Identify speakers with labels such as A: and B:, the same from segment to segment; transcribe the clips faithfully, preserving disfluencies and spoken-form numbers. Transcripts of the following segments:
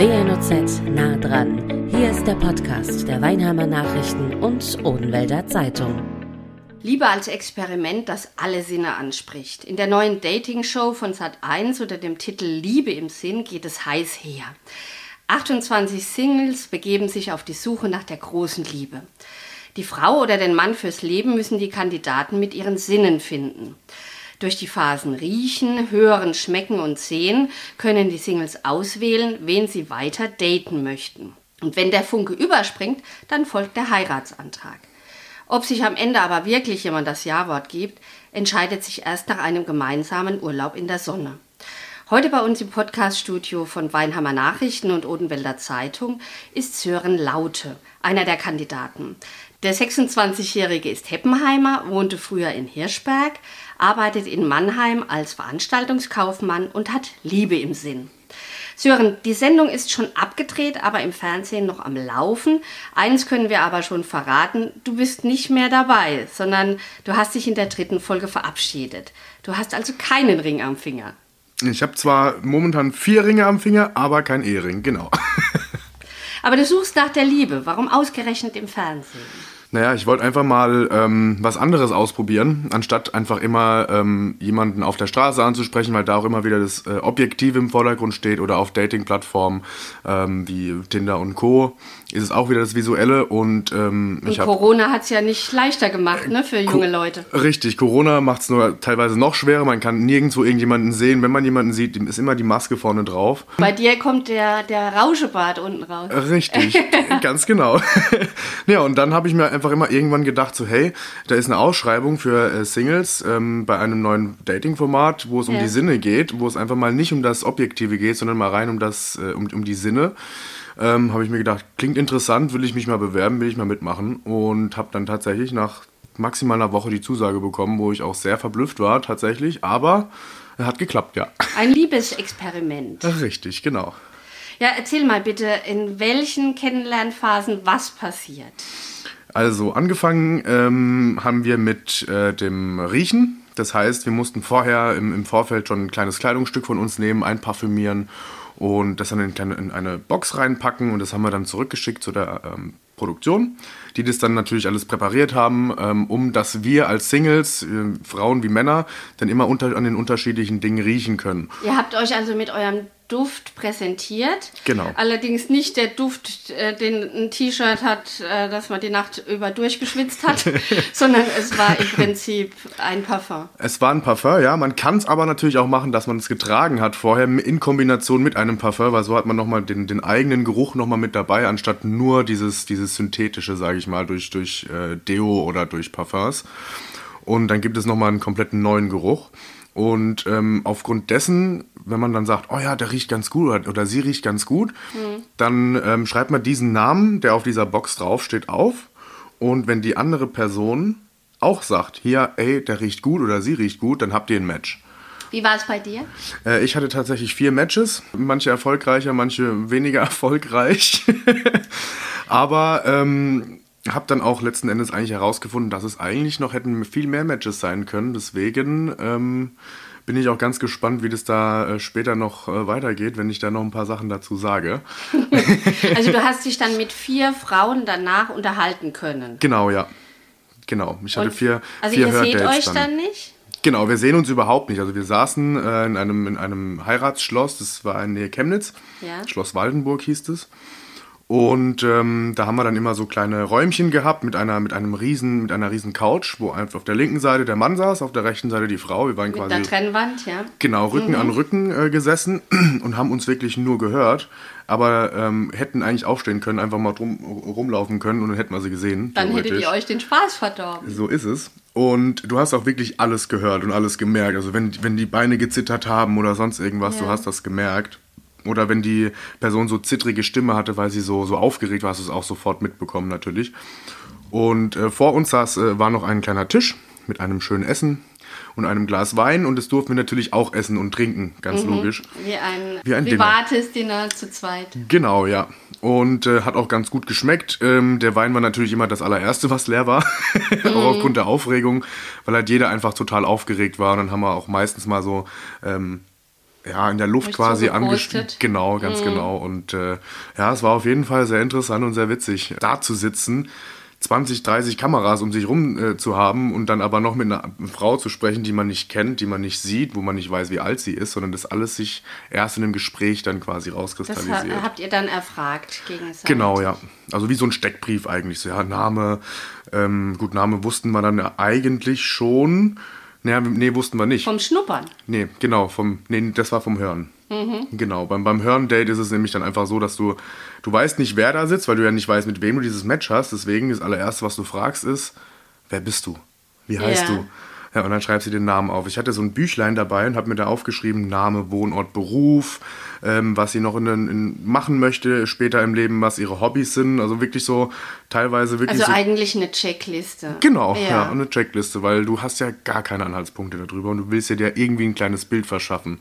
A: W N O Z nah dran. Hier ist der Podcast der Weinheimer Nachrichten und Odenwälder Zeitung.
B: Liebe als Experiment, das alle Sinne anspricht. In der neuen Dating-Show von Sat eins unter dem Titel Liebe im Sinn geht es heiß her. achtundzwanzig Singles begeben sich auf die Suche nach der großen Liebe. Die Frau oder den Mann fürs Leben müssen die Kandidaten mit ihren Sinnen finden. Durch die Phasen Riechen, Hören, Schmecken und Sehen können die Singles auswählen, wen sie weiter daten möchten. Und wenn der Funke überspringt, dann folgt der Heiratsantrag. Ob sich am Ende aber wirklich jemand das Ja-Wort gibt, entscheidet sich erst nach einem gemeinsamen Urlaub in der Sonne. Heute bei uns im Podcaststudio von Weinheimer Nachrichten und Odenwälder Zeitung ist Sören Laute, einer der Kandidaten. Der sechsundzwanzigjährige ist Heppenheimer, wohnte früher in Hirschberg, arbeitet in Mannheim als Veranstaltungskaufmann und hat Liebe im Sinn. Sören, die Sendung ist schon abgedreht, aber im Fernsehen noch am Laufen. Eins können wir aber schon verraten, du bist nicht mehr dabei, sondern du hast dich in der dritten Folge verabschiedet. Du hast also keinen Ring am Finger.
C: Ich habe zwar momentan vier Ringe am Finger, aber kein Ehering, genau.
B: Aber du suchst nach der Liebe. Warum ausgerechnet im Fernsehen?
C: Naja, ich wollte einfach mal ähm, was anderes ausprobieren, anstatt einfach immer ähm, jemanden auf der Straße anzusprechen, weil da auch immer wieder das äh, Objektive im Vordergrund steht, oder auf Dating-Plattformen ähm, wie Tinder und Co. ist es auch wieder das Visuelle. Und, ähm,
B: und
C: ich hab,
B: Corona hat es ja nicht leichter gemacht, ne, für junge Co- Leute.
C: Richtig, Corona macht es nur teilweise noch schwerer. Man kann nirgendwo irgendjemanden sehen. Wenn man jemanden sieht, ist immer die Maske vorne drauf.
B: Bei dir kommt der, der Rauschebart unten raus.
C: Richtig, ganz genau. Ja, und dann habe ich mir einfach immer irgendwann gedacht, so hey, da ist eine Ausschreibung für äh, Singles ähm, bei einem neuen Dating-Format, wo es um
B: ja.
C: die Sinne geht, wo es einfach mal nicht um das Objektive geht, sondern mal rein um, das, äh, um, um die Sinne. Ähm, habe ich mir gedacht, klingt interessant, will ich mich mal bewerben, will ich mal mitmachen, und habe dann tatsächlich nach maximal einer Woche die Zusage bekommen, wo ich auch sehr verblüfft war tatsächlich, aber es hat geklappt, ja.
B: Ein Liebesexperiment.
C: Richtig, genau.
B: Ja, erzähl mal bitte, in welchen Kennenlernphasen was passiert?
C: Also angefangen ähm, haben wir mit äh, dem Riechen. Das heißt, wir mussten vorher im, im Vorfeld schon ein kleines Kleidungsstück von uns nehmen, einparfümieren und das dann in, kleine, in eine Box reinpacken, und das haben wir dann zurückgeschickt zu der ähm, Produktion, die das dann natürlich alles präpariert haben, ähm, um dass wir als Singles, äh, Frauen wie Männer, dann immer unter, an den unterschiedlichen Dingen riechen können.
B: Ihr habt euch also mit eurem Duft präsentiert.
C: Genau.
B: Allerdings nicht der Duft, äh, den ein T-Shirt hat, äh, das man die Nacht über durchgeschwitzt hat, sondern es war im Prinzip ein Parfum.
C: Es war ein Parfum, ja. Man kann es aber natürlich auch machen, dass man es getragen hat vorher in Kombination mit einem Parfum, weil so hat man nochmal den, den eigenen Geruch nochmal mit dabei, anstatt nur dieses, dieses synthetische, sage ich mal, durch, durch äh, Deo oder durch Parfums. Und dann gibt es nochmal einen kompletten neuen Geruch. Und ähm, aufgrund dessen, wenn man dann sagt, oh ja, der riecht ganz gut oder, oder sie riecht ganz gut, mhm. dann ähm, schreibt man diesen Namen, der auf dieser Box draufsteht, auf. Und wenn die andere Person auch sagt, hier, ey, der riecht gut oder sie riecht gut, dann habt ihr ein Match.
B: Wie war es bei dir?
C: Äh, ich hatte tatsächlich vier Matches, manche erfolgreicher, manche weniger erfolgreich. Aber ähm, habe dann auch letzten Endes eigentlich herausgefunden, dass es eigentlich noch hätten viel mehr Matches sein können. Deswegen ähm, bin ich auch ganz gespannt, wie das da äh, später noch äh, weitergeht, wenn ich da noch ein paar Sachen dazu sage.
B: Also du hast dich dann mit vier Frauen danach unterhalten können?
C: Genau, ja. Genau. Ich hatte
B: Und,
C: vier
B: Also
C: vier
B: ihr seht
C: Hördates
B: euch dann, dann nicht?
C: Genau, wir sehen uns überhaupt nicht. Also wir saßen äh, in, einem, in einem Heiratsschloss, das war in Nähe Chemnitz. Ja. Schloss Waldenburg hieß es. Und ähm, da haben wir dann immer so kleine Räumchen gehabt mit einer, mit einem riesen, mit einer riesen Couch, wo einfach auf der linken Seite der Mann saß, auf der rechten Seite die Frau. Wir waren
B: mit
C: quasi
B: einer Trennwand, ja.
C: Genau, Rücken mhm. an Rücken äh, gesessen und haben uns wirklich nur gehört. Aber ähm, hätten eigentlich aufstehen können, einfach mal drum, rumlaufen können, und dann hätten wir sie gesehen.
B: Dann hättet ihr euch den Spaß verdorben.
C: So ist es. Und du hast auch wirklich alles gehört und alles gemerkt. Also wenn, wenn die Beine gezittert haben oder sonst irgendwas, ja. Du hast das gemerkt. Oder wenn die Person so zittrige Stimme hatte, weil sie so, so aufgeregt war, hast du es auch sofort mitbekommen natürlich. Und äh, vor uns saß, äh, war noch ein kleiner Tisch mit einem schönen Essen und einem Glas Wein, und das durften wir natürlich auch essen und trinken, ganz mhm. logisch.
B: Wie ein,
C: Wie ein
B: privates Dinner. Dinner zu zweit.
C: Genau, ja. Und äh, hat auch ganz gut geschmeckt. Ähm, der Wein war natürlich immer das allererste, was leer war, mhm. auch aufgrund der Aufregung, weil halt jeder einfach total aufgeregt war. Und dann haben wir auch meistens mal so... Ähm, ja, in der Luft
B: Nicht
C: quasi
B: so
C: angeschnitten. Genau, ganz mhm. genau. Und äh, ja, es war auf jeden Fall sehr interessant und sehr witzig, da zu sitzen, zwanzig, dreißig Kameras um sich rum äh, zu haben und dann aber noch mit einer Frau zu sprechen, die man nicht kennt, die man nicht sieht, wo man nicht weiß, wie alt sie ist, sondern das alles sich erst in einem Gespräch dann quasi rauskristallisiert.
B: Das habt ihr dann erfragt gegenseitig?
C: Genau, ja. Also wie so ein Steckbrief eigentlich. So, ja, Name, ähm, gut, Name wussten wir dann ja eigentlich schon. Nee, nee, wussten wir nicht.
B: Vom Schnuppern?
C: Nee, genau, vom, nee, das war vom Hören. Mhm. Genau, beim, beim Hören-Date ist es nämlich dann einfach so, dass du, du weißt nicht, wer da sitzt, weil du ja nicht weißt, mit wem du dieses Match hast. Deswegen das allererste, was du fragst, ist, wer bist du? Wie heißt yeah. du? Ja, und dann schreibst du den Namen auf. Ich hatte so ein Büchlein dabei und habe mir da aufgeschrieben, Name, Wohnort, Beruf, ähm, was sie noch in, in, machen möchte später im Leben, was ihre Hobbys sind. Also wirklich so, teilweise wirklich
B: Also
C: so,
B: eigentlich eine Checkliste.
C: Genau,
B: ja.
C: ja, eine Checkliste, weil du hast ja gar keine Anhaltspunkte darüber und du willst ja dir irgendwie ein kleines Bild verschaffen.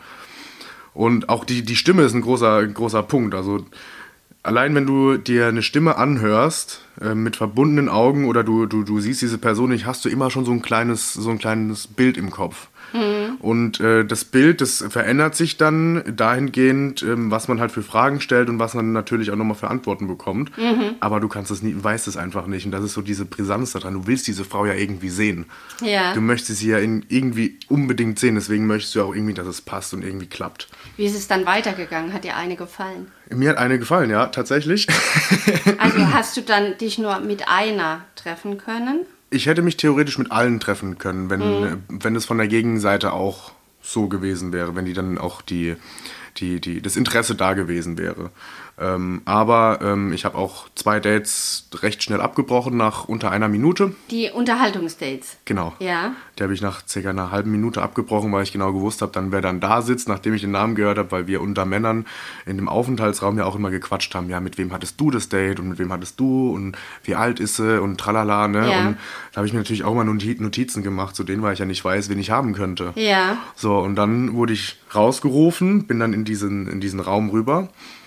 C: Und auch die, die Stimme ist ein großer, ein großer Punkt. Also allein wenn du dir eine Stimme anhörst, äh, mit verbundenen Augen oder du, du, du siehst diese Person nicht, hast du immer schon so ein kleines, so ein kleines Bild im Kopf. Mhm. Und äh, das Bild, das verändert sich dann dahingehend, ähm, was man halt für Fragen stellt und was man natürlich auch nochmal für Antworten bekommt. Mhm. Aber du kannst es nie, weißt es einfach nicht. Und das ist so diese Brisanz daran. Du willst diese Frau ja irgendwie sehen.
B: Ja.
C: Du möchtest sie ja in, irgendwie unbedingt sehen. Deswegen möchtest du auch irgendwie, dass es passt und irgendwie klappt.
B: Wie ist es dann weitergegangen? Hat dir eine gefallen?
C: Mir hat eine gefallen, ja, tatsächlich.
B: Also hast du dann dich nur mit einer treffen können?
C: Ich hätte mich theoretisch mit allen treffen können, wenn, mhm. wenn es von der Gegenseite auch so gewesen wäre, wenn die dann auch die, die, die, das Interesse da gewesen wäre. Ähm, aber ähm, ich habe auch zwei Dates recht schnell abgebrochen, nach unter einer Minute.
B: Die Unterhaltungsdates?
C: Genau.
B: Ja.
C: Die habe ich nach circa einer halben Minute abgebrochen, weil ich genau gewusst habe, dann wer dann da sitzt, nachdem ich den Namen gehört habe, weil wir unter Männern in dem Aufenthaltsraum ja auch immer gequatscht haben, ja, mit wem hattest du das Date und mit wem hattest du und wie alt ist sie und tralala, ne?
B: Ja.
C: Und da habe ich mir natürlich auch mal Notizen gemacht, zu denen, weil ich ja nicht weiß, wen ich haben könnte.
B: Ja.
C: So, und dann wurde ich rausgerufen, bin dann in diesen, in diesen Raum rüber.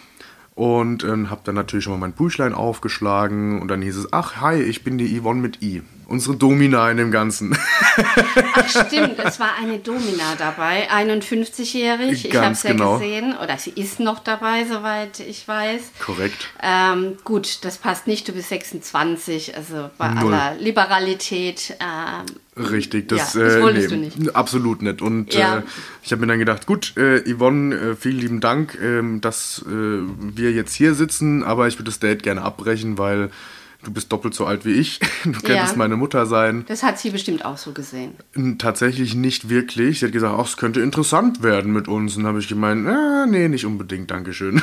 C: Und ähm, habe dann natürlich schon mal mein Büchlein aufgeschlagen und dann hieß es, ach, hi, ich bin die Yvonne mit I. Unsere Domina in dem Ganzen.
B: Ach stimmt, es war eine Domina dabei, einundfünfzigjährig. Ich habe es ja genau gesehen. Oder sie ist noch dabei, soweit ich weiß.
C: Korrekt.
B: Ähm, gut, das passt nicht, du bist sechsundzwanzig, also bei
C: Null.
B: aller Liberalität. Ähm,
C: Richtig, das,
B: ja, das wolltest
C: äh, nee,
B: du nicht.
C: Absolut nicht. Und
B: ja.
C: äh, ich habe mir dann gedacht, gut, äh, Yvonne, äh, vielen lieben Dank, äh, dass äh, wir jetzt hier sitzen, aber ich würde das Date gerne abbrechen, weil du bist doppelt so alt wie ich. Du könntest ja. meine Mutter sein.
B: Das hat sie bestimmt auch so gesehen.
C: Tatsächlich nicht wirklich. Sie hat gesagt, ach, es könnte interessant werden mit uns. Und dann habe ich gemeint, ah, nee, nicht unbedingt, Dankeschön.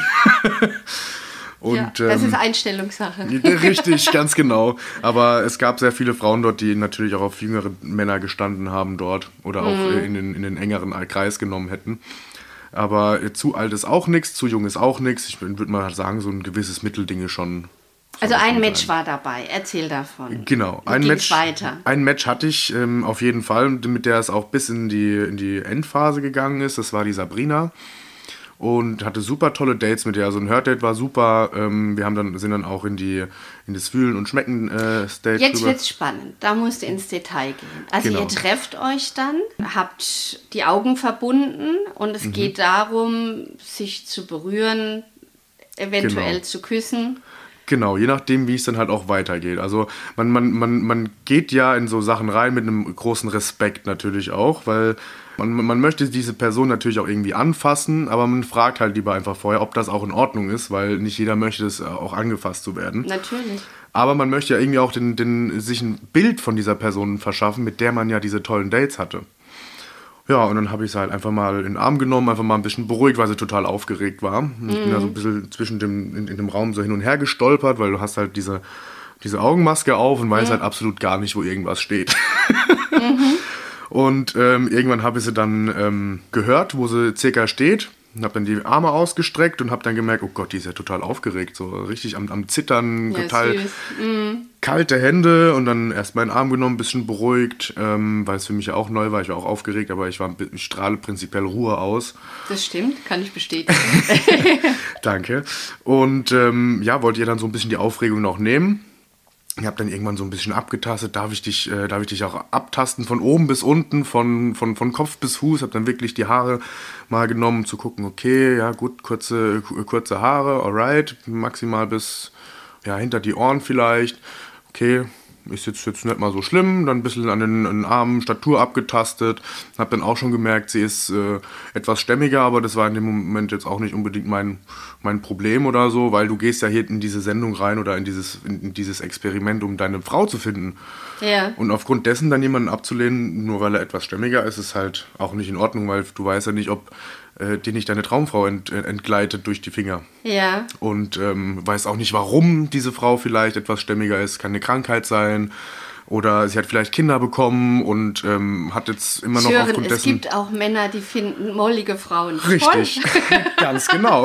C: Und,
B: ja, das
C: ähm,
B: ist Einstellungssache.
C: Richtig, ganz genau. Aber es gab sehr viele Frauen dort, die natürlich auch auf jüngere Männer gestanden haben dort oder auch mhm. in, den, in den engeren Kreis genommen hätten. Aber zu alt ist auch nichts, zu jung ist auch nichts. Ich würde mal sagen, so ein gewisses Mittelding ist schon.
B: Also ein Match war dabei, erzähl davon.
C: Genau, ein Match,
B: weiter?
C: ein Match hatte ich ähm, auf jeden Fall, mit der es auch bis in die, in die Endphase gegangen ist. Das war die Sabrina. Und hatte super tolle Dates mit ihr. Also ein Hört-Date war super. Ähm, wir haben dann, sind dann auch in, die, in das Fühlen und Schmecken äh, Stage
B: Jetzt wird es spannend. Da musst du ins Detail gehen. Also genau. Ihr trefft euch dann, habt die Augen verbunden und es mhm. geht darum, sich zu berühren, eventuell genau. zu küssen.
C: Genau, je nachdem, wie es dann halt auch weitergeht. Also man, man, man, man geht ja in so Sachen rein mit einem großen Respekt natürlich auch, weil man, man möchte diese Person natürlich auch irgendwie anfassen, aber man fragt halt lieber einfach vorher, ob das auch in Ordnung ist, weil nicht jeder möchte es auch angefasst zu werden.
B: Natürlich.
C: Aber man möchte ja irgendwie auch den, den, sich ein Bild von dieser Person verschaffen, mit der man ja diese tollen Dates hatte. Ja, und dann habe ich sie halt einfach mal in den Arm genommen, einfach mal ein bisschen beruhigt, weil sie total aufgeregt war. Mhm. Ich bin da so ein bisschen zwischen dem, in, in dem Raum so hin und her gestolpert, weil du hast halt diese, diese Augenmaske auf und weißt mhm. halt absolut gar nicht, wo irgendwas steht. Mhm. Und ähm, irgendwann habe ich sie dann ähm, gehört, wo sie circa steht. Und habe dann die Arme ausgestreckt und habe dann gemerkt, oh Gott, die ist ja total aufgeregt, so richtig am, am Zittern, ja, total mm. kalte Hände und dann erst meinen Arm genommen, ein bisschen beruhigt, ähm, weil es für mich ja auch neu war, ich war auch aufgeregt, aber ich, war, ich strahle prinzipiell Ruhe aus.
B: Das stimmt, kann ich bestätigen.
C: Danke. Und ähm, ja, wollte ihr dann so ein bisschen die Aufregung noch nehmen. Ich habe dann irgendwann so ein bisschen abgetastet, darf ich dich, äh, darf ich dich auch abtasten von oben bis unten, von, von, von Kopf bis Fuß. Habe dann wirklich die Haare mal genommen, um zu gucken, okay, ja gut, kurze, kurze Haare, alright, maximal bis ja, hinter die Ohren vielleicht. Okay, ist jetzt, jetzt nicht mal so schlimm. Dann ein bisschen an den, an den Armen, Statur abgetastet. Habe dann auch schon gemerkt, sie ist äh, etwas stämmiger, aber das war in dem Moment jetzt auch nicht unbedingt mein, mein Problem oder so, weil du gehst ja hier in diese Sendung rein oder in dieses, in dieses Experiment, um deine Frau zu finden.
B: Ja.
C: Und aufgrund dessen dann jemanden abzulehnen, nur weil er etwas stämmiger ist, ist halt auch nicht in Ordnung, weil du weißt ja nicht, ob äh, dir nicht deine Traumfrau ent, entgleitet durch die Finger.
B: Ja.
C: Und ähm, weiß auch nicht, warum diese Frau vielleicht etwas stämmiger ist. Kann eine Krankheit sein oder sie hat vielleicht Kinder bekommen und ähm, hat jetzt immer noch
B: Sören,
C: aufgrund
B: es
C: dessen...
B: gibt auch Männer, die finden mollige Frauen
C: Richtig, ganz genau.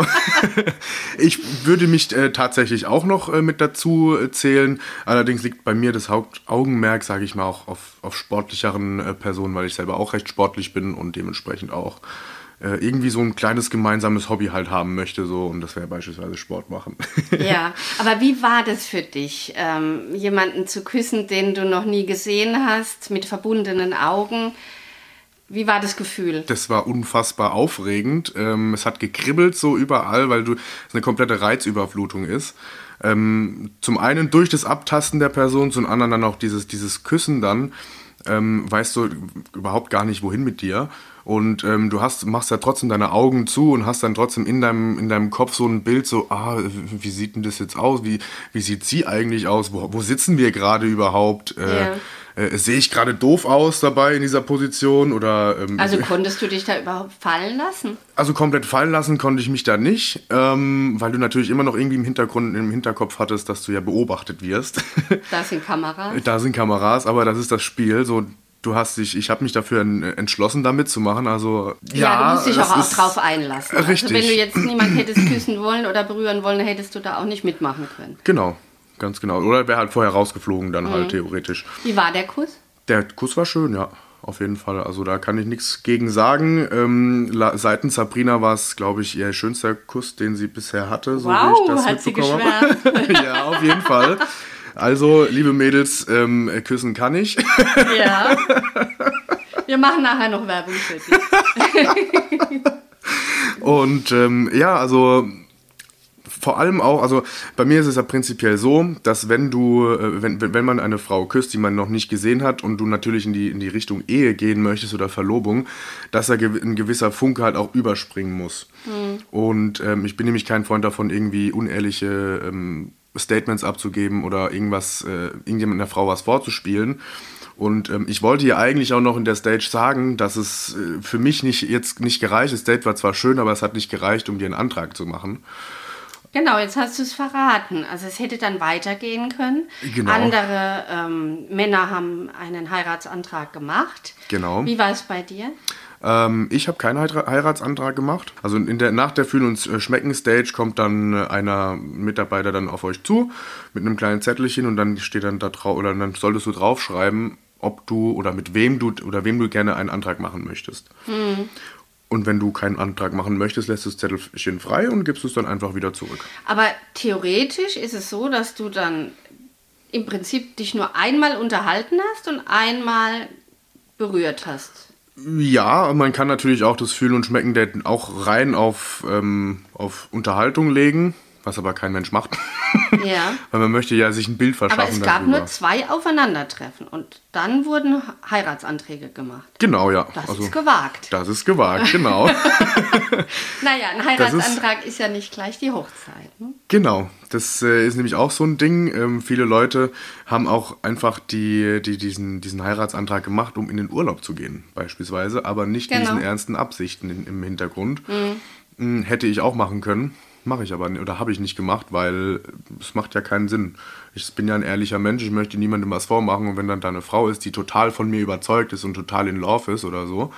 C: Ich würde mich äh, tatsächlich auch noch äh, mit dazu äh, zählen. Allerdings liegt bei mir das Hauptaugenmerk, sage ich mal, auch auf, auf sportlicheren äh, Personen, weil ich selber auch recht sportlich bin und dementsprechend auch äh, irgendwie so ein kleines gemeinsames Hobby halt haben möchte. So, und das wäre beispielsweise Sport machen.
B: Ja, aber wie war das für dich, ähm, jemanden zu küssen, den du noch nie gesehen hast, mit verbundenen Augen? Wie war das Gefühl?
C: Das war unfassbar aufregend. Ähm, es hat gekribbelt so überall, weil du, es eine komplette Reizüberflutung ist. Ähm, zum einen durch das Abtasten der Person, zum anderen dann auch dieses, dieses Küssen dann. Ähm, weißt du überhaupt gar nicht, wohin mit dir. Und ähm, du hast, machst ja trotzdem deine Augen zu und hast dann trotzdem in deinem, in deinem Kopf so ein Bild, so, ah, wie sieht denn das jetzt aus? Wie, wie sieht sie eigentlich aus? Wo, wo sitzen wir gerade überhaupt? Äh,
B: Ja.
C: äh, sehe ich gerade doof aus dabei in dieser Position? Oder, ähm,
B: Also konntest du dich da überhaupt fallen lassen?
C: Also komplett fallen lassen konnte ich mich da nicht, ähm, weil du natürlich immer noch irgendwie im Hintergrund, im Hinterkopf hattest, dass du ja beobachtet wirst.
B: Da sind Kameras.
C: Da sind Kameras, aber das ist das Spiel. So, du hast dich, ich habe mich dafür entschlossen, da mitzumachen. Also ja,
B: Ja, du musst dich
C: das
B: auch, auch
C: ist
B: drauf einlassen.
C: richtig.
B: Also wenn du jetzt niemanden hättest küssen wollen oder berühren wollen, hättest du da auch nicht mitmachen können.
C: Genau, ganz genau. Oder wäre halt vorher rausgeflogen dann
B: Mhm.
C: halt theoretisch.
B: Wie war der Kuss?
C: Der Kuss war schön, ja. Auf jeden Fall. Also da kann ich nichts gegen sagen. Ähm, la- seitens Sabrina war es, glaube ich, ihr schönster Kuss, den sie bisher hatte, so
B: Wow,
C: wie ich das
B: hat sie
C: mitbekommen habe. Ja, auf jeden Fall. Also, liebe Mädels, ähm, küssen kann ich.
B: Ja. Wir machen nachher noch Werbung für dich.
C: Und ähm, ja, also vor allem auch, also bei mir ist es ja prinzipiell so, dass wenn du, äh, wenn, wenn man eine Frau küsst, die man noch nicht gesehen hat und du natürlich in die, in die Richtung Ehe gehen möchtest oder Verlobung, dass da gew- ein gewisser Funke halt auch überspringen muss. Mhm. Und ähm, ich bin nämlich kein Freund davon, irgendwie unehrliche ähm, Statements abzugeben oder irgendwas, äh, irgendjemand einer Frau was vorzuspielen. Und ähm, ich wollte ihr eigentlich auch noch in der Stage sagen, dass es äh, für mich nicht jetzt nicht gereicht. Das Date war zwar schön, aber es hat nicht gereicht, um dir einen Antrag zu machen.
B: Genau, jetzt hast du es verraten. Also es hätte dann weitergehen können.
C: Genau.
B: Andere ähm, Männer haben einen Heiratsantrag gemacht.
C: Genau.
B: Wie war es bei dir?
C: Ähm, ich habe keinen Heira- Heiratsantrag gemacht. Also in der, nach der Fühlen- und Schmecken-Stage kommt dann äh, einer Mitarbeiter dann auf euch zu mit einem kleinen Zettelchen und dann steht dann da drauf, oder dann solltest du draufschreiben, ob du oder mit wem du oder wem du gerne einen Antrag machen möchtest. Mhm. Und wenn du keinen Antrag machen möchtest, lässt du das Zettelchen frei und gibst es dann einfach wieder zurück.
B: Aber theoretisch ist es so, dass du dann im Prinzip dich nur einmal unterhalten hast und einmal berührt hast.
C: Ja, man kann natürlich auch das Fühlen und Schmecken Date auch rein auf, ähm, auf Unterhaltung legen, was aber kein Mensch macht.
B: Ja.
C: Weil man möchte ja sich ein Bild verschaffen.
B: Aber es gab
C: darüber.
B: nur zwei Aufeinandertreffen und dann wurden Heiratsanträge gemacht.
C: Genau, ja.
B: Das
C: also,
B: ist gewagt.
C: Das ist gewagt, genau.
B: Naja, ein Heiratsantrag ist, ist ja nicht gleich die Hochzeit. Ne?
C: Genau, das äh, ist nämlich auch so ein Ding. Ähm, viele Leute haben auch einfach die, die, diesen, diesen Heiratsantrag gemacht, um in den Urlaub zu gehen, beispielsweise, aber nicht
B: Genau.
C: diesen ernsten Absichten in, im Hintergrund. Mhm. Hätte ich auch machen können, mache ich aber nicht, oder habe ich nicht gemacht, weil es macht ja keinen Sinn. Ich bin ja ein ehrlicher Mensch, ich möchte niemandem was vormachen und wenn dann da eine Frau ist, die total von mir überzeugt ist und total in love ist oder so,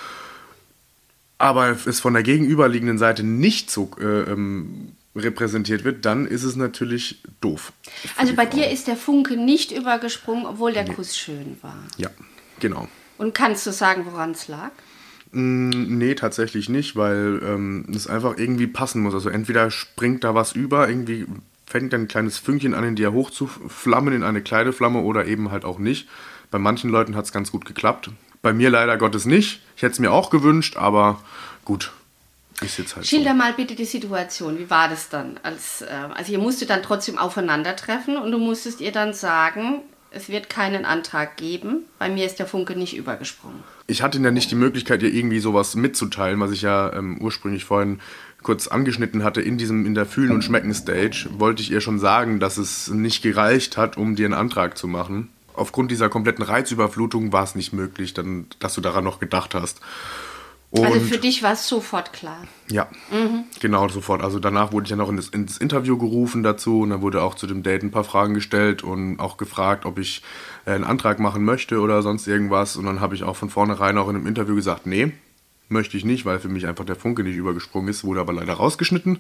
C: aber es von der gegenüberliegenden Seite nicht so äh, ähm, repräsentiert wird, dann ist es natürlich doof.
B: Also bei dir ist der Funke nicht übergesprungen, obwohl der Kuss schön war.
C: Ja, genau.
B: Und kannst du sagen, woran es lag?
C: Mm, nee, tatsächlich nicht, weil ähm, es einfach irgendwie passen muss. Also entweder springt da was über, irgendwie fängt dann ein kleines Fünkchen an, in dir hochzuflammen, in eine kleine Flamme oder eben halt auch nicht. Bei manchen Leuten hat es ganz gut geklappt. Bei mir leider Gottes nicht. Ich hätte es mir auch gewünscht, aber gut, ist jetzt halt
B: Schilder
C: so.
B: mal bitte die Situation. Wie war das dann? Als, äh, also ihr musstet dann trotzdem aufeinandertreffen und du musstest ihr dann sagen, es wird keinen Antrag geben. Bei mir ist der Funke nicht übergesprungen.
C: Ich hatte ja nicht die Möglichkeit, ihr irgendwie sowas mitzuteilen, was ich ja ähm, ursprünglich vorhin kurz angeschnitten hatte. In diesem in der Fühlen- und Schmecken-Stage wollte ich ihr schon sagen, dass es nicht gereicht hat, um dir einen Antrag zu machen. Aufgrund dieser kompletten Reizüberflutung war es nicht möglich, dann, dass du daran noch gedacht hast. Und
B: also für dich war es sofort klar?
C: Ja, mhm. genau, sofort. Also danach wurde ich ja noch in das, ins Interview gerufen dazu und dann wurde auch zu dem Date ein paar Fragen gestellt und auch gefragt, ob ich äh, einen Antrag machen möchte oder sonst irgendwas. Und dann habe ich auch von vornherein auch in einem Interview gesagt, nee, möchte ich nicht, weil für mich einfach der Funke nicht übergesprungen ist, wurde aber leider rausgeschnitten.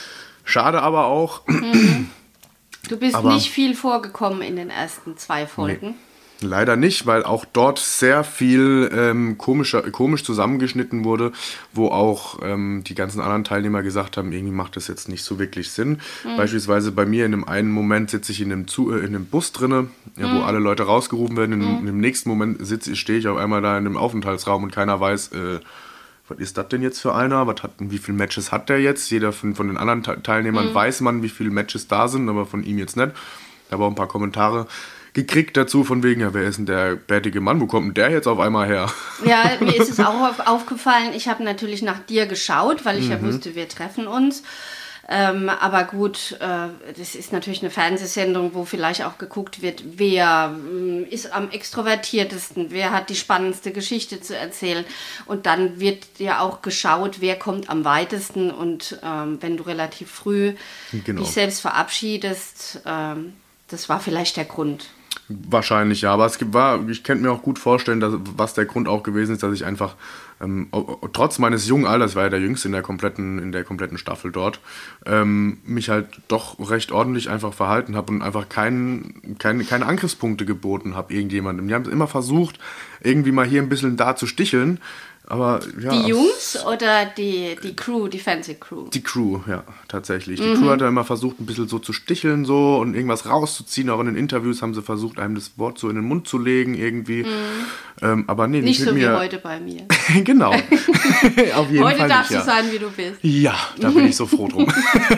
C: Schade aber auch.
B: Mhm. Du bist
C: aber
B: nicht viel vorgekommen in den ersten zwei Folgen.
C: Nee. Leider nicht, weil auch dort sehr viel ähm, komischer, komisch zusammengeschnitten wurde, wo auch ähm, die ganzen anderen Teilnehmer gesagt haben, irgendwie macht das jetzt nicht so wirklich Sinn. Mhm. Beispielsweise bei mir in einem einen Moment sitze ich in einem, Zu- äh, in einem Bus drinne, ja, wo mhm. alle Leute rausgerufen werden. In, mhm. in dem nächsten Moment sitze ich, stehe ich auf einmal da in einem Aufenthaltsraum und keiner weiß, äh, was ist das denn jetzt für einer? Was hat, wie viele Matches hat der jetzt? Jeder von, von den anderen Te- Teilnehmern mhm. weiß man, wie viele Matches da sind, aber von ihm jetzt nicht. Da habe auch ein paar Kommentare gekriegt dazu, von wegen, ja, wer ist denn der bärtige Mann, wo kommt denn der jetzt auf einmal her?
B: Ja, mir ist es auch auf, aufgefallen, ich habe natürlich nach dir geschaut, weil ich mhm. ja wusste, wir treffen uns. Ähm, aber gut, äh, das ist natürlich eine Fernsehsendung, wo vielleicht auch geguckt wird, wer äh, ist am extrovertiertesten, wer hat die spannendste Geschichte zu erzählen. Und dann wird ja auch geschaut, wer kommt am weitesten. Und ähm, wenn du relativ früh genau. dich selbst verabschiedest, ähm, das war vielleicht der Grund.
C: Wahrscheinlich, ja. Aber es war, ich könnte mir auch gut vorstellen, dass, was der Grund auch gewesen ist, dass ich einfach, ähm, trotz meines jungen Alters, war ja der Jüngste in der kompletten, in der kompletten Staffel dort, ähm, mich halt doch recht ordentlich einfach verhalten habe und einfach kein, kein, keine Angriffspunkte geboten habe irgendjemandem. Die haben immer versucht, irgendwie mal hier ein bisschen da zu sticheln. Aber, ja,
B: die Jungs oder die, die Crew, die Fernsehcrew?
C: Die Crew, ja, tatsächlich. Die mhm. Crew hat ja immer versucht, ein bisschen so zu sticheln so und irgendwas rauszuziehen. Auch in den Interviews haben sie versucht, einem das Wort so in den Mund zu legen irgendwie. Mhm. Ähm, aber nee,
B: nicht, nicht so
C: mit
B: wie
C: mir.
B: heute bei mir.
C: Genau. Auf jeden
B: heute
C: Fall
B: darfst
C: nicht,
B: du
C: ja.
B: sein, wie du bist.
C: Ja, da bin ich so froh drum.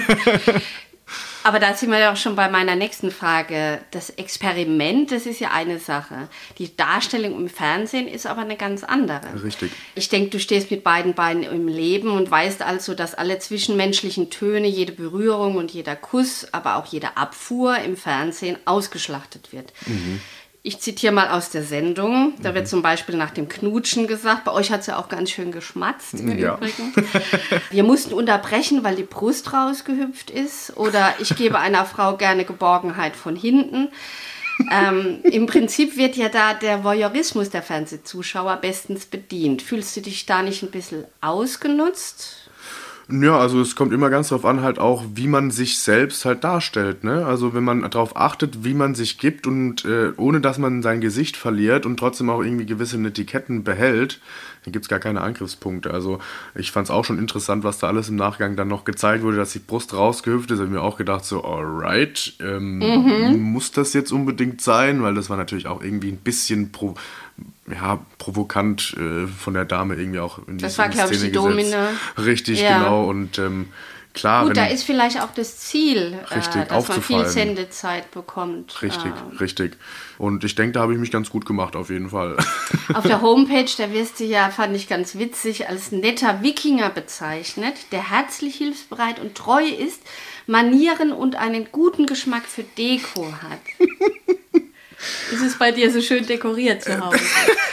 B: Aber da sind wir ja auch schon bei meiner nächsten Frage. Das Experiment, das ist ja eine Sache. Die Darstellung im Fernsehen ist aber eine ganz andere.
C: Richtig.
B: Ich denke, du stehst mit beiden Beinen im Leben und weißt also, dass alle zwischenmenschlichen Töne, jede Berührung und jeder Kuss, aber auch jede Abfuhr im Fernsehen ausgeschlachtet wird. Mhm. Ich zitiere mal aus der Sendung. Da wird zum Beispiel nach dem Knutschen gesagt. Bei euch hat es ja auch ganz schön geschmatzt im
C: ja.
B: Übrigen. Wir mussten unterbrechen, weil die Brust rausgehüpft ist. Oder ich gebe einer Frau gerne Geborgenheit von hinten. ähm, Im Prinzip wird ja da der Voyeurismus der Fernsehzuschauer bestens bedient. Fühlst du dich da nicht ein bisschen ausgenutzt?
C: Ja, also es kommt immer ganz drauf an, halt auch, wie man sich selbst halt darstellt, ne? Also wenn man darauf achtet, wie man sich gibt und äh, ohne, dass man sein Gesicht verliert und trotzdem auch irgendwie gewisse Etiketten behält, dann gibt es gar keine Angriffspunkte. Also ich fand es auch schon interessant, was da alles im Nachgang dann noch gezeigt wurde, dass die Brust rausgehüpft ist. Da habe ich mir auch gedacht, so alright, ähm, mhm. muss das jetzt unbedingt sein? Weil das war natürlich auch irgendwie ein bisschen pro... ja, provokant äh, von der Dame irgendwie auch in die
B: Das war, glaube ich, die
C: gesetzt.
B: Domina.
C: Richtig,
B: ja.
C: genau. Und ähm, klar.
B: Gut,
C: wenn,
B: da ist vielleicht auch das Ziel,
C: richtig,
B: äh, dass man viel Sendezeit bekommt.
C: Richtig,
B: äh.
C: richtig. Und ich denke, da habe ich mich ganz gut gemacht, auf jeden Fall.
B: Auf der Homepage, da wirst du ja, fand ich ganz witzig, als netter Wikinger bezeichnet, der herzlich hilfsbereit und treu ist, Manieren und einen guten Geschmack für Deko hat. Ist es bei dir so schön dekoriert zu Hause?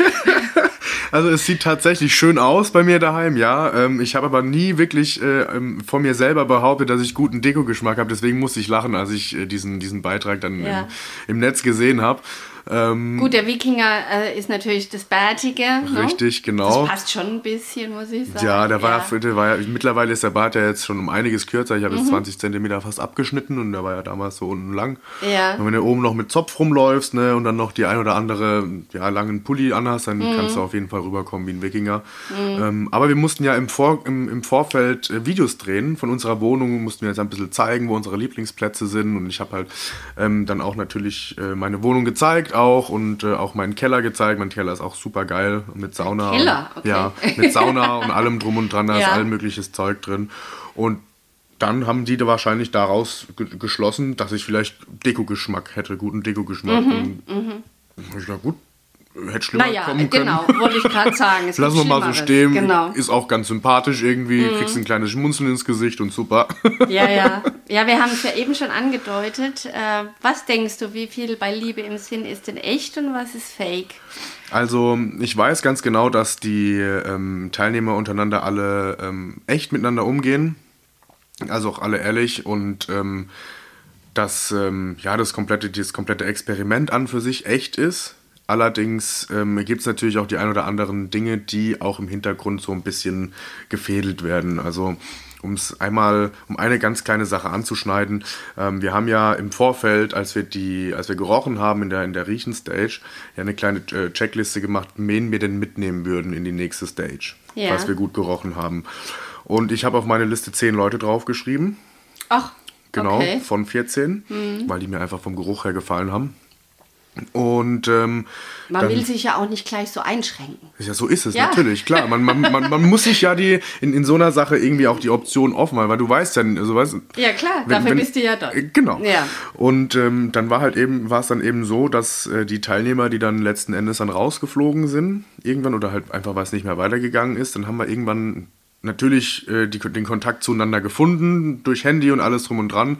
C: Also es sieht tatsächlich schön aus bei mir daheim, ja. Ähm, ich habe aber nie wirklich äh, von mir selber behauptet, dass ich guten Deko-Geschmack habe. Deswegen musste ich lachen, als ich äh, diesen, diesen Beitrag dann ja. im, im Netz gesehen habe. Ähm,
B: Gut, der Wikinger äh, ist natürlich das Bärtige.
C: Richtig,
B: ne?
C: genau.
B: Das passt schon ein bisschen, muss ich sagen.
C: Ja, der war
B: ja.
C: ja, der war ja, mittlerweile ist der Bart ja jetzt schon um einiges kürzer. Ich habe jetzt mhm. zwanzig Zentimeter fast abgeschnitten und der war ja damals so unten lang.
B: Ja.
C: Und wenn du oben noch mit Zopf rumläufst, ne, und dann noch die ein oder andere ja, langen Pulli anhast, dann mhm. kannst du auf jeden Fall rüberkommen wie ein Wikinger. Mhm. Ähm, aber wir mussten ja im, Vor, im, im Vorfeld äh, Videos drehen von unserer Wohnung, mussten wir jetzt ein bisschen zeigen, wo unsere Lieblingsplätze sind. Und ich habe halt ähm, dann auch natürlich äh, meine Wohnung gezeigt auch und äh, auch meinen Keller gezeigt. Mein Keller ist auch super geil mit Sauna.
B: Keller,
C: und,
B: okay.
C: Ja, mit Sauna und allem drum und dran, da
B: ja.
C: ist all mögliches Zeug drin. Und dann haben die da wahrscheinlich daraus ge- geschlossen, dass ich vielleicht Deko-Geschmack hätte, guten Deko-Geschmack.
B: Mhm, mhm.
C: Ich dachte, gut, hätte schlimmer
B: naja,
C: kommen können.
B: genau, wollte ich gerade sagen. Es
C: Lassen wir mal so stehen,
B: genau.
C: Ist auch ganz sympathisch irgendwie, mhm. kriegst ein kleines Schmunzeln ins Gesicht und super.
B: Ja, ja. Ja, wir haben es ja eben schon angedeutet. Äh, was denkst du, wie viel bei Liebe im Sinn ist denn echt und was ist fake?
C: Also ich weiß ganz genau, dass die ähm, Teilnehmer untereinander alle ähm, echt miteinander umgehen, also auch alle ehrlich und ähm, dass ähm, ja, das komplette, das komplette Experiment an für sich echt ist. Allerdings ähm, gibt es natürlich auch die ein oder anderen Dinge, die auch im Hintergrund so ein bisschen gefädelt werden. Also um es einmal, um eine ganz kleine Sache anzuschneiden, ähm, wir haben ja im Vorfeld, als wir die, als wir gerochen haben in der, in der Riechen-Stage, ja eine kleine äh, Checkliste gemacht, wen wir denn mitnehmen würden in die nächste Stage,
B: ja.
C: was wir gut gerochen haben. Und ich habe auf meine Liste zehn Leute draufgeschrieben.
B: Ach,
C: genau,
B: okay.
C: von vierzehn,
B: mhm.
C: weil die mir einfach vom Geruch her gefallen haben. Und ähm,
B: man
C: dann,
B: will sich ja auch nicht gleich so einschränken.
C: Ja, so ist es
B: ja.
C: natürlich, klar. Man, man, man, man muss sich ja die in, in so einer Sache irgendwie auch die Option offen halten, weil du weißt ja, also weißt,
B: ja klar,
C: wenn,
B: dafür
C: wenn,
B: bist du ja dort.
C: Genau.
B: Ja.
C: Und ähm, dann war halt eben, war es dann eben so, dass äh, die Teilnehmer, die dann letzten Endes dann rausgeflogen sind, irgendwann oder halt einfach, weil es nicht mehr weitergegangen ist, dann haben wir irgendwann natürlich äh, die, den Kontakt zueinander gefunden, durch Handy und alles drum und dran.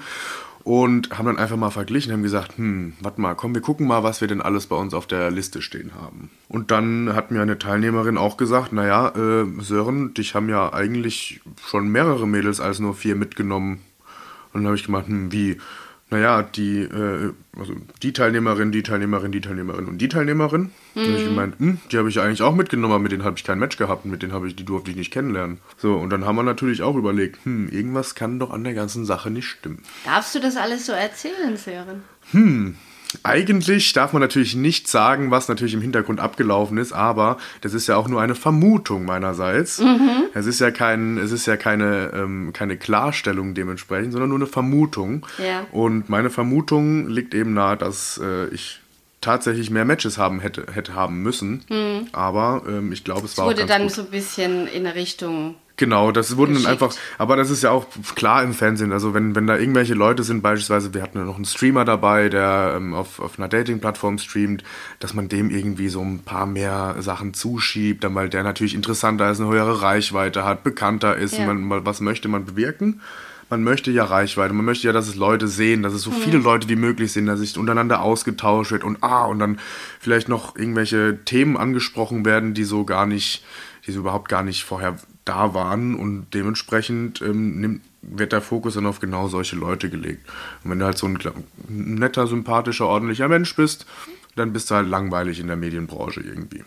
C: Und haben dann einfach mal verglichen, haben gesagt, hm, warte mal, komm, wir gucken mal, was wir denn alles bei uns auf der Liste stehen haben. Und dann hat mir eine Teilnehmerin auch gesagt, naja, äh, Sören, dich haben ja eigentlich schon mehrere Mädels als nur vier mitgenommen. Und dann habe ich gemacht, hm, wie? Naja, die, äh, also die Teilnehmerin, die Teilnehmerin, die Teilnehmerin und die Teilnehmerin. Mhm. Dann habe ich gemeint, hm, die habe ich eigentlich auch mitgenommen, aber mit denen habe ich kein Match gehabt, mit denen habe ich, die durfte ich nicht kennenlernen. So, und dann haben wir natürlich auch überlegt, hm, irgendwas kann doch an der ganzen Sache nicht stimmen.
B: Darfst du das alles so erzählen, Sören?
C: Hm, eigentlich darf man natürlich nicht sagen, was natürlich im Hintergrund abgelaufen ist, aber das ist ja auch nur eine Vermutung meinerseits. Mhm. Es ist ja, kein, es ist ja keine, ähm, keine Klarstellung dementsprechend, sondern nur eine Vermutung.
B: Ja.
C: Und meine Vermutung liegt eben nahe, dass äh, ich tatsächlich mehr Matches haben hätte, hätte haben müssen. Mhm. Aber ähm, ich glaube, es, es war auch ganz
B: wurde dann
C: gut.
B: so ein bisschen in eine Richtung...
C: Genau, das wurden dann
B: geschickt.
C: einfach, aber das ist ja auch klar im Fernsehen, also wenn, wenn da irgendwelche Leute sind, beispielsweise, wir hatten ja noch einen Streamer dabei, der ähm, auf, auf einer Dating-Plattform streamt, dass man dem irgendwie so ein paar mehr Sachen zuschiebt, dann weil der natürlich interessanter ist, eine höhere Reichweite hat, bekannter ist,
B: ja.
C: man, was möchte man bewirken? Man möchte ja Reichweite, man möchte ja, dass es Leute sehen, dass es so mhm. viele Leute wie möglich sind, dass sich untereinander ausgetauscht wird und ah, und dann vielleicht noch irgendwelche Themen angesprochen werden, die so gar nicht, die so überhaupt gar nicht vorher da waren und dementsprechend ähm, nimmt, wird der Fokus dann auf genau solche Leute gelegt. Und wenn du halt so ein netter, sympathischer, ordentlicher Mensch bist, dann bist du halt langweilig in der Medienbranche irgendwie.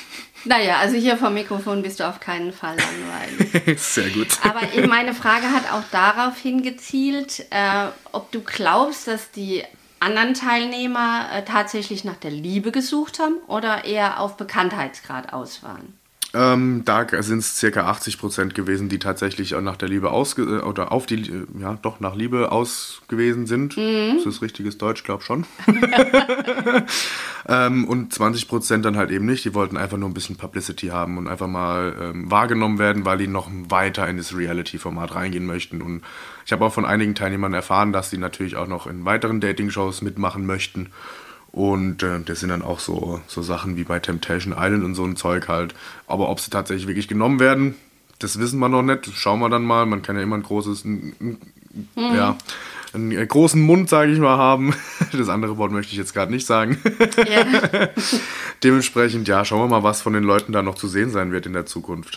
B: Naja, also hier vom Mikrofon bist du auf keinen Fall langweilig.
C: Sehr gut.
B: Aber meine Frage hat auch darauf hingezielt, äh, ob du glaubst, dass die anderen Teilnehmer äh, tatsächlich nach der Liebe gesucht haben oder eher auf Bekanntheitsgrad aus waren.
C: Ähm, da sind es circa achtzig Prozent gewesen, die tatsächlich auch nach der Liebe ausge oder auf die, ja, doch nach Liebe aus gewesen sind. Mhm. Das ist richtiges Deutsch, glaube schon. ähm, und zwanzig Prozent dann halt eben nicht. Die wollten einfach nur ein bisschen Publicity haben und einfach mal ähm, wahrgenommen werden, weil die noch weiter in das Reality-Format reingehen möchten. Und ich habe auch von einigen Teilnehmern erfahren, dass die natürlich auch noch in weiteren Dating-Shows mitmachen möchten. Und äh, das sind dann auch so, so Sachen wie bei Temptation Island und so ein Zeug halt. Aber ob sie tatsächlich wirklich genommen werden, das wissen wir noch nicht. Schauen wir dann mal. Man kann ja immer ein großes, ein, ein, mhm. ja, einen großen Mund, sage ich mal, haben. Das andere Wort möchte ich jetzt gerade nicht sagen. Yeah. Dementsprechend, ja, schauen wir mal, was von den Leuten da noch zu sehen sein wird in der Zukunft.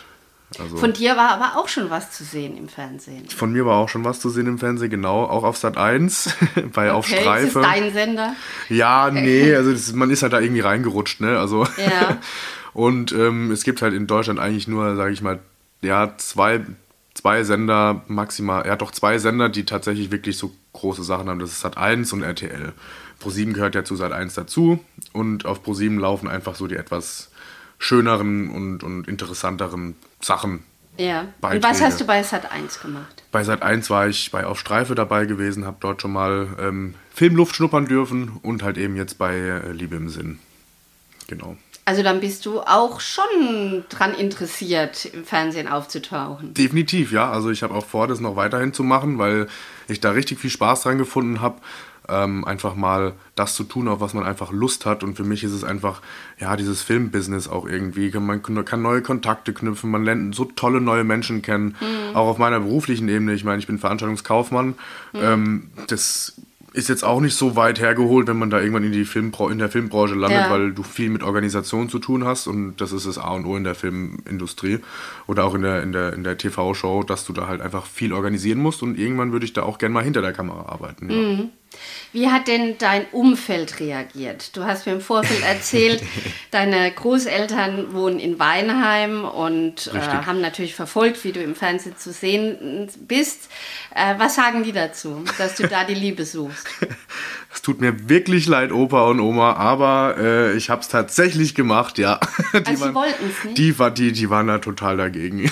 C: Also
B: von dir war aber auch schon was zu sehen im Fernsehen.
C: Von mir war auch schon was zu sehen im Fernsehen, genau. Auch auf Sat eins, bei Auf
B: Okay,
C: Streife.
B: ist das dein Sender?
C: Ja, nee, also das, man ist halt da irgendwie reingerutscht, ne? Also
B: Ja.
C: und ähm, es gibt halt in Deutschland eigentlich nur, sage ich mal, ja, zwei, zwei Sender maximal, ja doch zwei Sender, die tatsächlich wirklich so große Sachen haben. Das ist Sat eins und R T L. ProSieben gehört ja zu Sat eins dazu und auf ProSieben laufen einfach so die etwas schöneren und, und interessanteren Sachen.
B: Ja. Und
C: Beiträge.
B: was hast du bei Sat eins gemacht?
C: Bei Sat eins war ich bei Auf Streife dabei gewesen, habe dort schon mal ähm, Filmluft schnuppern dürfen und halt eben jetzt bei äh, Liebe im Sinn. Genau.
B: Also dann bist du auch schon dran interessiert, im Fernsehen aufzutauchen.
C: Definitiv, ja. Also ich habe auch vor, das noch weiterhin zu machen, weil ich da richtig viel Spaß dran gefunden habe. Ähm, einfach mal das zu tun, auf was man einfach Lust hat. Und für mich ist es einfach, ja, dieses Filmbusiness auch irgendwie. Man kann neue Kontakte knüpfen, man lernt so tolle neue Menschen kennen. Mhm. Auch auf meiner beruflichen Ebene. Ich meine, ich bin Veranstaltungskaufmann. Mhm. Ähm, das ist jetzt auch nicht so weit hergeholt, wenn man da irgendwann in, die Filmbra- in der Filmbranche landet, ja. Weil du viel mit Organisation zu tun hast und das ist das A und O in der Filmindustrie oder auch in der, in der, in der T V-Show, dass du da halt einfach viel organisieren musst und irgendwann würde ich da auch gerne mal hinter der Kamera arbeiten. Ja.
B: Mhm. Wie hat denn dein Umfeld reagiert? Du hast mir im Vorfeld erzählt, deine Großeltern wohnen in Weinheim und äh, haben natürlich verfolgt, wie du im Fernsehen zu sehen bist. Äh, was sagen die dazu, dass du da die Liebe suchst?
C: Es tut mir wirklich leid, Opa und Oma, aber äh, ich habe es tatsächlich gemacht, ja. Die
B: also
C: waren,
B: sie wollten es nicht?
C: Die, die, die waren da total dagegen.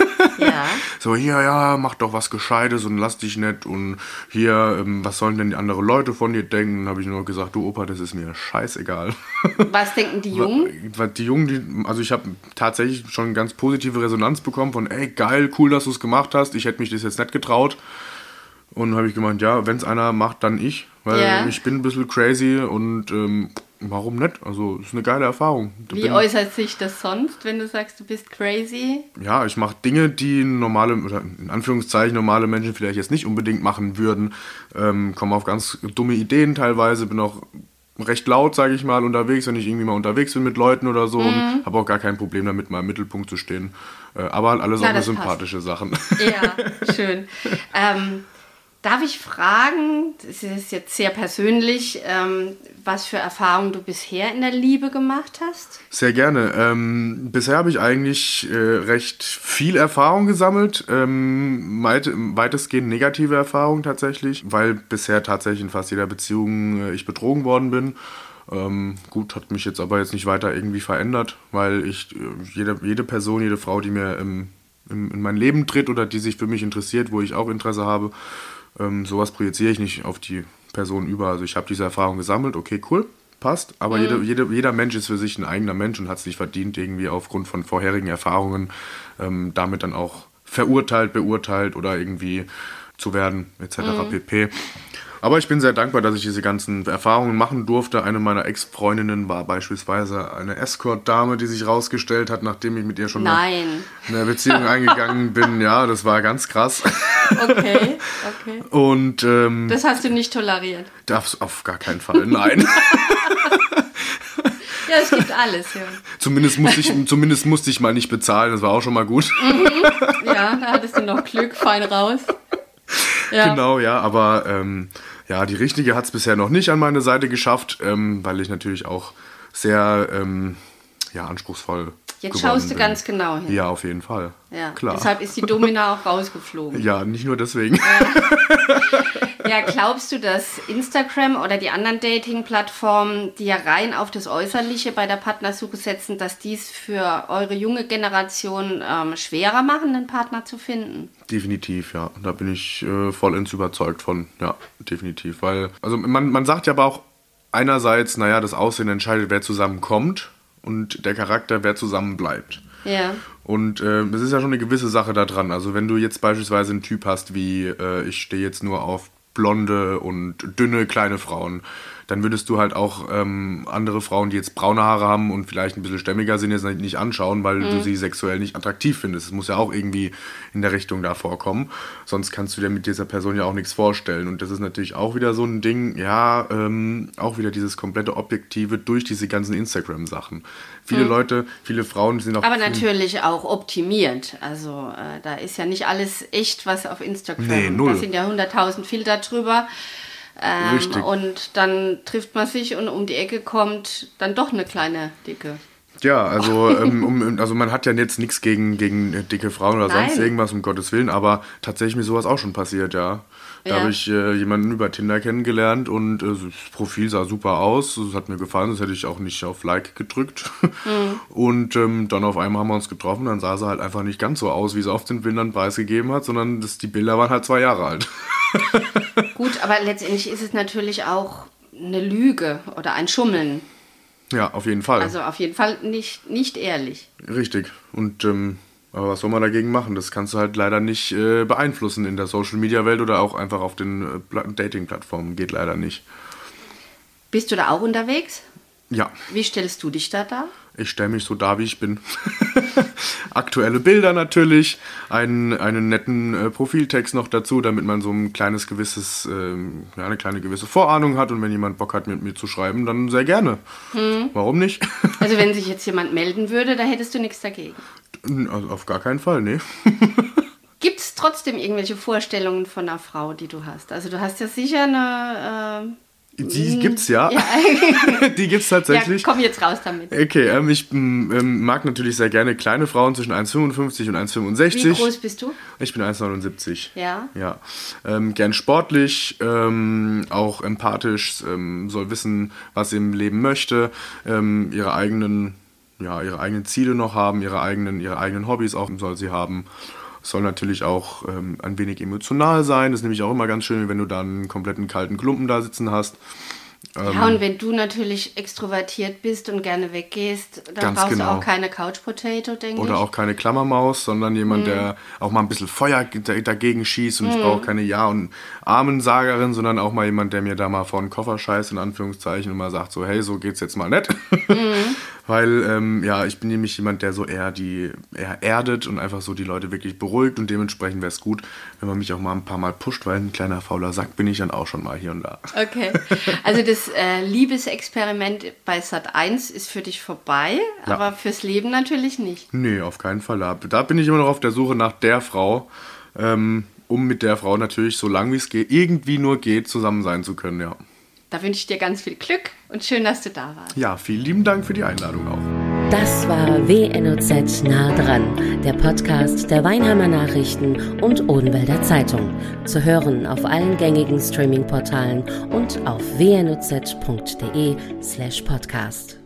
B: Ja.
C: So, hier, ja, mach doch was Gescheites und lass dich nicht und hier, ähm, was sollen denn die anderen Leute von dir denken? Dann habe ich nur gesagt, du Opa, das ist mir scheißegal.
B: Was denken die Jungen?
C: Die Jungen, die, also ich habe tatsächlich schon ganz positive Resonanz bekommen von, ey, geil, cool, dass du es gemacht hast, ich hätte mich das jetzt nicht getraut. Und habe ich gemeint, ja, wenn es einer macht, dann ich, weil
B: ja.
C: ich bin ein bisschen crazy und ähm, warum nicht? Also, es ist eine geile Erfahrung.
B: Wie
C: bin,
B: äußert sich das sonst, wenn du sagst, du bist crazy?
C: Ja, ich mache Dinge, die normale, oder in Anführungszeichen normale Menschen vielleicht jetzt nicht unbedingt machen würden. Ähm, komme auf ganz dumme Ideen teilweise, bin auch recht laut, sage ich mal, unterwegs, wenn ich irgendwie mal unterwegs bin mit Leuten oder so. Mhm. Habe auch gar kein Problem damit, mal im Mittelpunkt zu stehen. Äh, aber halt alles
B: Na,
C: auch eine
B: passt.
C: sympathische Sachen.
B: Ja, schön. ähm, Darf ich fragen, das ist jetzt sehr persönlich, ähm, was für Erfahrungen du bisher in der Liebe gemacht hast?
C: Sehr gerne. Ähm, bisher habe ich eigentlich äh, recht viel Erfahrung gesammelt, ähm, weit, weitestgehend negative Erfahrungen tatsächlich, weil bisher tatsächlich in fast jeder Beziehung äh, ich betrogen worden bin. Ähm, gut, hat mich jetzt aber jetzt nicht weiter irgendwie verändert, weil ich äh, jede, jede Person, jede Frau, die mir ähm, in, in mein Leben tritt oder die sich für mich interessiert, wo ich auch Interesse habe, Ähm, sowas projiziere ich nicht auf die Person über. Also ich habe diese Erfahrung gesammelt, okay, cool, passt. Aber mhm. jede, jede, jeder Mensch ist für sich ein eigener Mensch und hat es nicht verdient, irgendwie aufgrund von vorherigen Erfahrungen ähm, damit dann auch verurteilt, beurteilt oder irgendwie zu werden, et cetera Mhm. pp. Aber ich bin sehr dankbar, dass ich diese ganzen Erfahrungen machen durfte. Eine meiner Ex-Freundinnen war beispielsweise eine Escort-Dame, die sich rausgestellt hat, nachdem ich mit ihr schon
B: Nein.
C: eine Beziehung eingegangen bin. Ja, das war ganz krass.
B: Okay, okay.
C: Und ähm,
B: das hast du nicht toleriert?
C: Das auf gar keinen Fall, nein.
B: Ja, es gibt alles, ja.
C: Zumindest musste ich, zumindest musste ich mal nicht bezahlen, das war auch schon mal gut.
B: Mhm. Ja, da hattest du noch Glück, fein raus. Ja.
C: Genau, ja, aber ähm, ja, die Richtige hat es bisher noch nicht an meine Seite geschafft, ähm, weil ich natürlich auch sehr ähm, ja, anspruchsvoll
B: Jetzt schaust du bin. Ganz genau hin.
C: Ja, auf jeden Fall.
B: Ja.
C: Klar.
B: Deshalb ist die Domina auch rausgeflogen.
C: Ja, nicht nur deswegen.
B: Ja. Ja, glaubst du, dass Instagram oder die anderen Dating-Plattformen, die ja rein auf das Äußerliche bei der Partnersuche setzen, dass dies für eure junge Generation ähm, schwerer machen, einen Partner zu finden?
C: Definitiv, ja. Da bin ich äh, vollends überzeugt von. Ja, definitiv. Weil, also man, man sagt ja aber auch einerseits, naja, das Aussehen entscheidet, wer zusammenkommt und der Charakter, wer zusammen bleibt.
B: Ja.
C: Und äh, das ist ja schon eine gewisse Sache da dran. Also wenn du jetzt beispielsweise einen Typ hast wie, äh, ich stehe jetzt nur auf blonde und dünne kleine Frauen, dann würdest du halt auch ähm, andere Frauen, die jetzt braune Haare haben und vielleicht ein bisschen stämmiger sind, jetzt nicht anschauen, weil mhm. du sie sexuell nicht attraktiv findest. Es muss ja auch irgendwie in der Richtung da vorkommen. Sonst kannst du dir mit dieser Person ja auch nichts vorstellen. Und das ist natürlich auch wieder so ein Ding, ja, ähm, auch wieder dieses komplette Objektive durch diese ganzen Instagram-Sachen. Viele mhm. Leute, viele Frauen sind auch...
B: Aber natürlich auch optimiert. Also äh, da ist ja nicht alles echt, was auf Instagram...
C: Nee, null.
B: Da sind ja hunderttausend Filter drüber. Ähm,
C: Richtig.
B: Und dann trifft man sich und um die Ecke kommt dann doch eine kleine Dicke.
C: Ja, also, ähm, um, also man hat ja jetzt nichts gegen, gegen dicke Frauen oder
B: Nein.
C: sonst irgendwas, um Gottes Willen, aber tatsächlich mir sowas auch schon passiert, ja. Da
B: Ja.
C: habe ich äh, jemanden über Tinder kennengelernt und äh, das Profil sah super aus, das hat mir gefallen, das hätte ich auch nicht auf Like gedrückt. Mhm. Und ähm, dann auf einmal haben wir uns getroffen, dann sah sie halt einfach nicht ganz so aus, wie sie auf den Bildern preisgegeben hat, sondern das, die Bilder waren halt zwei Jahre alt.
B: Gut, aber letztendlich ist es natürlich auch eine Lüge oder ein Schummeln.
C: Ja, auf jeden Fall.
B: Also auf jeden Fall nicht, nicht ehrlich.
C: Richtig. Und ähm, aber was soll man dagegen machen? Das kannst du halt leider nicht äh, beeinflussen in der Social-Media-Welt oder auch einfach auf den äh, Pla- Dating-Plattformen. Geht leider nicht.
B: Bist du da auch unterwegs?
C: Ja,
B: Wie stellst du dich da dar?
C: ich stelle mich so dar, wie ich bin. Aktuelle Bilder natürlich, einen, einen netten äh, Profiltext noch dazu, damit man so ein kleines gewisses, ähm, ja, eine kleine gewisse Vorahnung hat. Und wenn jemand Bock hat, mit mir zu schreiben, dann sehr gerne. Hm. Warum nicht?
B: Also wenn sich jetzt jemand melden würde, da hättest du nichts dagegen.
C: Also auf gar keinen Fall, nee.
B: Gibt es trotzdem irgendwelche Vorstellungen von einer Frau, die du hast? Also du hast ja sicher eine... Äh,
C: Die gibt's ja.
B: ja.
C: Die gibt's tatsächlich.
B: Ja, komm jetzt raus damit.
C: Okay, ähm, ich ähm, mag natürlich sehr gerne kleine Frauen zwischen eins Komma fünfundfünfzig und eins Komma fünfundsechzig.
B: Wie groß bist du?
C: Ich bin eins Komma neunundsiebzig.
B: Ja.
C: Ja. Ähm, gern sportlich, ähm, auch empathisch, ähm, soll wissen, was sie im Leben möchte, ähm, ihre eigenen, ja, ihre eigenen Ziele noch haben, ihre eigenen, ihre eigenen Hobbys auch soll sie haben. Soll natürlich auch ähm, ein wenig emotional sein. Das ist nämlich auch immer ganz schön, wenn du dann einen kompletten kalten Klumpen da sitzen hast. Ähm,
B: Ja, und wenn du natürlich extrovertiert bist und gerne weggehst, dann
C: Ganz
B: brauchst
C: genau.
B: du auch keine Couch Potato, denke ich.
C: Oder auch keine Klammermaus, sondern jemand,
B: Mhm.
C: der auch mal ein bisschen Feuer d- dagegen schießt. Und ich brauche keine Ja- und Amen-Sagerin, sondern auch mal jemand, der mir da mal vor den Koffer scheißt, in Anführungszeichen, und mal sagt so, hey, so geht's jetzt mal nicht.
B: Mhm.
C: Weil, ähm, ja, ich bin nämlich jemand, der so eher die eher erdet und einfach so die Leute wirklich beruhigt. Und dementsprechend wäre es gut, wenn man mich auch mal ein paar Mal pusht, weil ein kleiner fauler Sack bin ich dann auch schon mal hier und da.
B: Okay, also das äh, Liebesexperiment bei Sat eins ist für dich vorbei,
C: Ja.
B: aber fürs Leben natürlich nicht.
C: Nee, auf keinen Fall. Da, da bin ich immer noch auf der Suche nach der Frau, ähm, um mit der Frau natürlich, so lange wie es geht, irgendwie nur geht, zusammen sein zu können, ja.
B: Da wünsche ich dir ganz viel Glück und schön, dass du da warst.
C: Ja, vielen lieben Dank für die Einladung auch.
A: Das war W N O Z nah dran, der Podcast der Weinheimer Nachrichten und Odenwälder Zeitung. Zu hören auf allen gängigen Streaming-Portalen und auf w n o z punkt d e slash podcast.